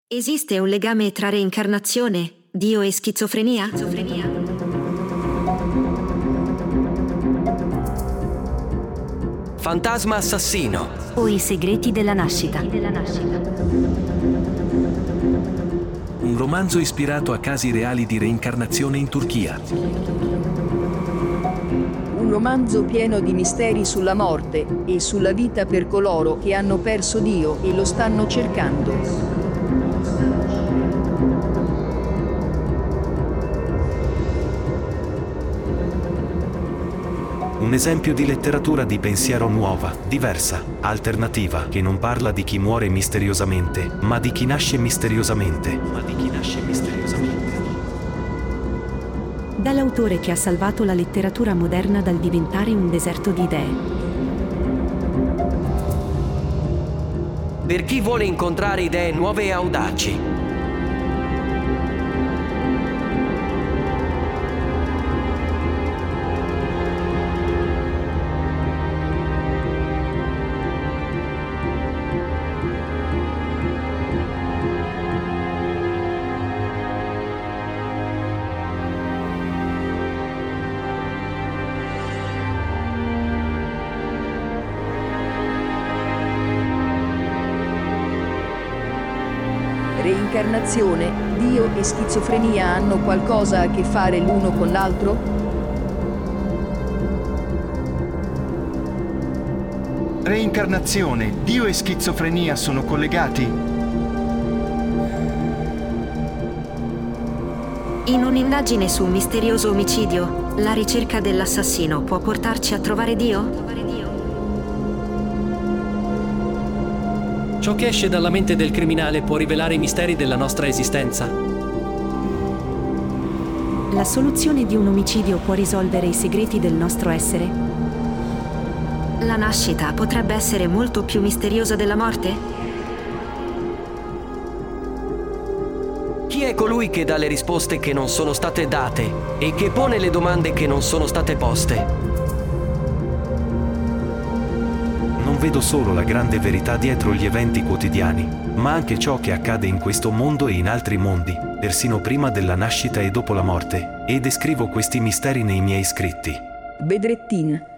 Esiste un legame tra reincarnazione, Dio e schizofrenia? Fantasma assassino. O i segreti della nascita. Un romanzo ispirato a casi reali di reincarnazione in Turchia. Un romanzo pieno di misteri sulla morte e sulla vita per coloro che hanno perso Dio e lo stanno cercando. Un esempio di letteratura di pensiero nuova, diversa, alternativa, che non parla di chi muore misteriosamente, ma di chi nasce misteriosamente. Dall'autore che ha salvato la letteratura moderna dal diventare un deserto di idee. Per chi vuole incontrare idee nuove e audaci. Reincarnazione, Dio e schizofrenia hanno qualcosa a che fare l'uno con l'altro? Reincarnazione, Dio e schizofrenia sono collegati? In un'indagine su un misterioso omicidio, la ricerca dell'assassino può portarci a trovare Dio? Ciò che esce dalla mente del criminale può rivelare i misteri della nostra esistenza. La soluzione di un omicidio può risolvere i segreti del nostro essere? La nascita potrebbe essere molto più misteriosa della morte? Chi è colui che dà le risposte che non sono state date e che pone le domande che non sono state poste? Non vedo solo la grande verità dietro gli eventi quotidiani, ma anche ciò che accade in questo mondo e in altri mondi, persino prima della nascita e dopo la morte, e descrivo questi misteri nei miei scritti. Bedrettin.